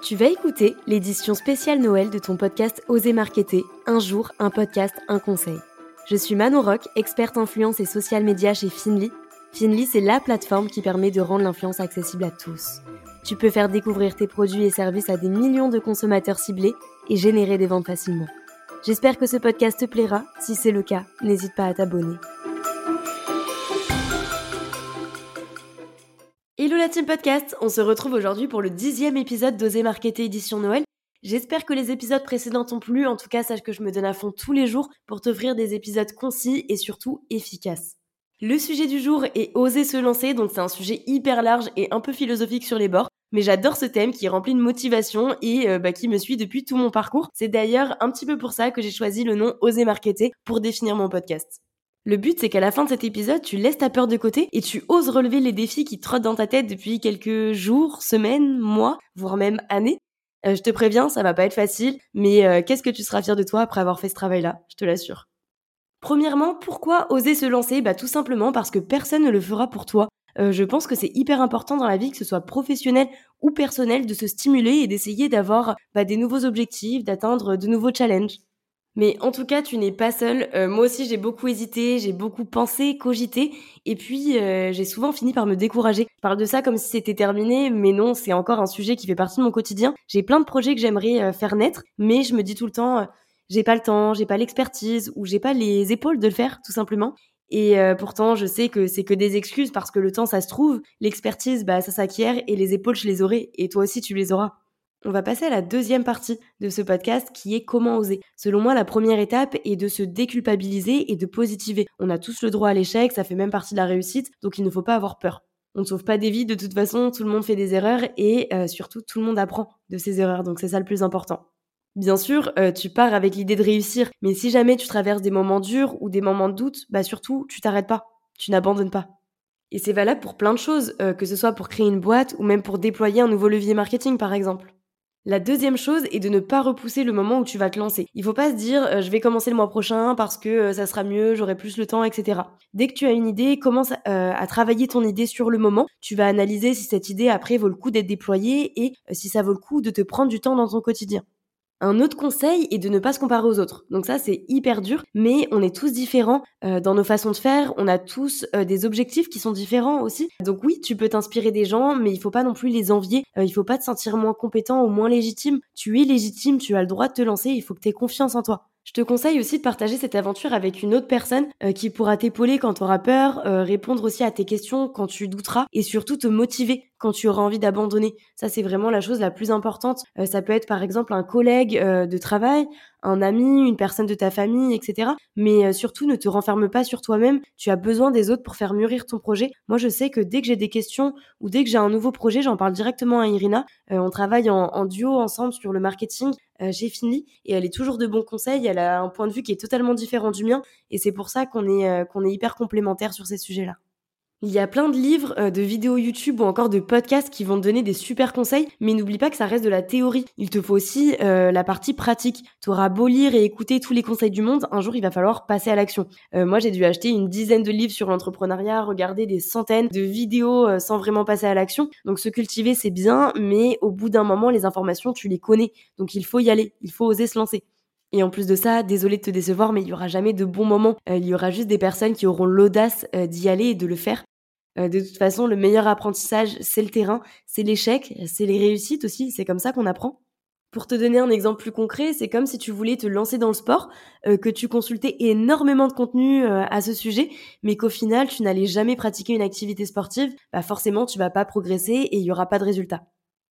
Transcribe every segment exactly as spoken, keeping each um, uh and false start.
Tu vas écouter l'édition spéciale Noël de ton podcast Oser Marketer, un jour, un podcast, un conseil. Je suis Manon Rock, experte influence et social media chez Finly. Finly, c'est la plateforme qui permet de rendre l'influence accessible à tous. Tu peux faire découvrir tes produits et services à des millions de consommateurs ciblés et générer des ventes facilement. J'espère que ce podcast te plaira. Si c'est le cas, n'hésite pas à t'abonner. Hello la team podcast, on se retrouve aujourd'hui pour le dixième épisode d'Oser Marketer édition Noël. J'espère que les épisodes précédents t'ont plu, en tout cas sache que je me donne à fond tous les jours pour t'offrir des épisodes concis et surtout efficaces. Le sujet du jour est oser se lancer, donc c'est un sujet hyper large et un peu philosophique sur les bords, mais j'adore ce thème qui est rempli de motivation et euh, bah, qui me suit depuis tout mon parcours. C'est d'ailleurs un petit peu pour ça que j'ai choisi le nom Oser Marketer pour définir mon podcast. Le but, c'est qu'à la fin de cet épisode, tu laisses ta peur de côté et tu oses relever les défis qui trottent dans ta tête depuis quelques jours, semaines, mois, voire même années. Euh, je te préviens, ça va pas être facile, mais euh, qu'est-ce que tu seras fier de toi après avoir fait ce travail-là, je te l'assure. Premièrement, pourquoi oser se lancer ? Bah tout simplement parce que personne ne le fera pour toi. Euh, je pense que c'est hyper important dans la vie, que ce soit professionnel ou personnel, de se stimuler et d'essayer d'avoir bah, des nouveaux objectifs, d'atteindre de nouveaux challenges. Mais en tout cas, tu n'es pas seule. Euh, moi aussi, j'ai beaucoup hésité, j'ai beaucoup pensé, cogité, et puis euh, j'ai souvent fini par me décourager. Je parle de ça comme si c'était terminé, mais non, c'est encore un sujet qui fait partie de mon quotidien. J'ai plein de projets que j'aimerais euh, faire naître, mais je me dis tout le temps, euh, j'ai pas le temps, j'ai pas l'expertise, ou j'ai pas les épaules de le faire, tout simplement. Et euh, pourtant, je sais que c'est que des excuses parce que le temps, ça se trouve, l'expertise, bah ça s'acquiert, et les épaules, je les aurai, et toi aussi, tu les auras. On va passer à la deuxième partie de ce podcast qui est comment oser. Selon moi, la première étape est de se déculpabiliser et de positiver. On a tous le droit à l'échec, ça fait même partie de la réussite, donc il ne faut pas avoir peur. On ne sauve pas des vies, de toute façon, tout le monde fait des erreurs et euh, surtout tout le monde apprend de ses erreurs, donc c'est ça le plus important. Bien sûr, euh, tu pars avec l'idée de réussir, mais si jamais tu traverses des moments durs ou des moments de doute, bah surtout, tu t'arrêtes pas, tu n'abandonnes pas. Et c'est valable pour plein de choses, euh, que ce soit pour créer une boîte ou même pour déployer un nouveau levier marketing par exemple. La deuxième chose est de ne pas repousser le moment où tu vas te lancer. Il faut pas se dire euh, je vais commencer le mois prochain parce que euh, ça sera mieux, j'aurai plus le temps, et cetera. Dès que tu as une idée, commence euh, à travailler ton idée sur le moment. Tu vas analyser si cette idée après vaut le coup d'être déployée et euh, si ça vaut le coup de te prendre du temps dans ton quotidien. Un autre conseil est de ne pas se comparer aux autres. Donc ça, c'est hyper dur, mais on est tous différents euh, dans nos façons de faire. On a tous euh, des objectifs qui sont différents aussi. Donc oui, tu peux t'inspirer des gens, mais il faut pas non plus les envier. Euh, il faut pas te sentir moins compétent ou moins légitime. Tu es légitime, tu as le droit de te lancer. Il faut que tu aies confiance en toi. Je te conseille aussi de partager cette aventure avec une autre personne euh, qui pourra t'épauler quand tu auras peur, euh, répondre aussi à tes questions quand tu douteras et surtout te motiver quand tu auras envie d'abandonner. Ça, c'est vraiment la chose la plus importante. Euh, ça peut être par exemple un collègue euh, de travail, un ami, une personne de ta famille, et cetera. Mais euh, surtout, ne te renferme pas sur toi-même. Tu as besoin des autres pour faire mûrir ton projet. Moi, je sais que dès que j'ai des questions ou dès que j'ai un nouveau projet, j'en parle directement à Irina. Euh, on travaille en, en duo ensemble sur le marketing. Euh, j'ai fini et elle est toujours de bons conseils. Elle a un point de vue qui est totalement différent du mien et c'est pour ça qu'on est, euh, qu'on est hyper complémentaires sur ces sujets-là. Il y a plein de livres, euh, de vidéos YouTube ou encore de podcasts qui vont te donner des super conseils, mais n'oublie pas que ça reste de la théorie. Il te faut aussi euh, la partie pratique. Tu auras beau lire et écouter tous les conseils du monde, un jour il va falloir passer à l'action. Euh, moi j'ai dû acheter une dizaine de livres sur l'entrepreneuriat, regarder des centaines de vidéos euh, sans vraiment passer à l'action. Donc se cultiver c'est bien, mais au bout d'un moment les informations tu les connais. Donc il faut y aller, il faut oser se lancer. Et en plus de ça, désolé de te décevoir, mais il y aura jamais de bons moments. Euh, il y aura juste des personnes qui auront l'audace euh, d'y aller et de le faire. Euh, de toute façon, le meilleur apprentissage, c'est le terrain, c'est l'échec, c'est les réussites aussi, c'est comme ça qu'on apprend. Pour te donner un exemple plus concret, c'est comme si tu voulais te lancer dans le sport, euh, que tu consultais énormément de contenu euh, à ce sujet, mais qu'au final, tu n'allais jamais pratiquer une activité sportive, bah forcément, tu vas pas progresser et il y aura pas de résultat.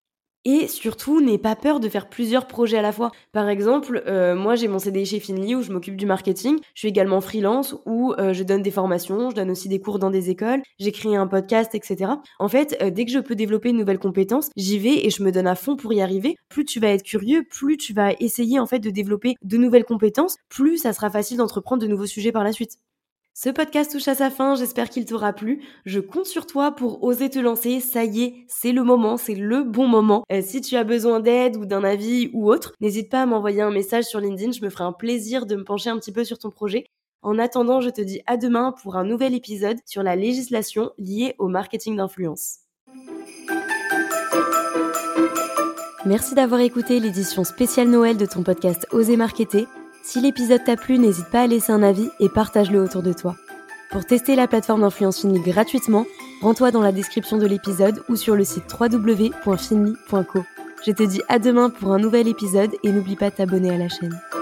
Et surtout, n'aie pas peur de faire plusieurs projets à la fois. Par exemple, euh, moi j'ai mon C D I chez Finly où je m'occupe du marketing. Je suis également freelance où euh, je donne des formations, je donne aussi des cours dans des écoles, j'ai créé un podcast, et cetera. En fait, euh, dès que je peux développer une nouvelle compétence, j'y vais et je me donne à fond pour y arriver. Plus tu vas être curieux, plus tu vas essayer en fait de développer de nouvelles compétences, plus ça sera facile d'entreprendre de nouveaux sujets par la suite. Ce podcast touche à sa fin, j'espère qu'il t'aura plu. Je compte sur toi pour oser te lancer, ça y est, c'est le moment, c'est le bon moment. Euh, si tu as besoin d'aide ou d'un avis ou autre, n'hésite pas à m'envoyer un message sur LinkedIn, je me ferai un plaisir de me pencher un petit peu sur ton projet. En attendant, je te dis à demain pour un nouvel épisode sur la législation liée au marketing d'influence. Merci d'avoir écouté l'édition spéciale Noël de ton podcast Oser Marketer. Si l'épisode t'a plu, n'hésite pas à laisser un avis et partage-le autour de toi. Pour tester la plateforme d'influence Finly gratuitement, rends-toi dans la description de l'épisode ou sur le site w w w point finly point co. Je te dis à demain pour un nouvel épisode et n'oublie pas de t'abonner à la chaîne.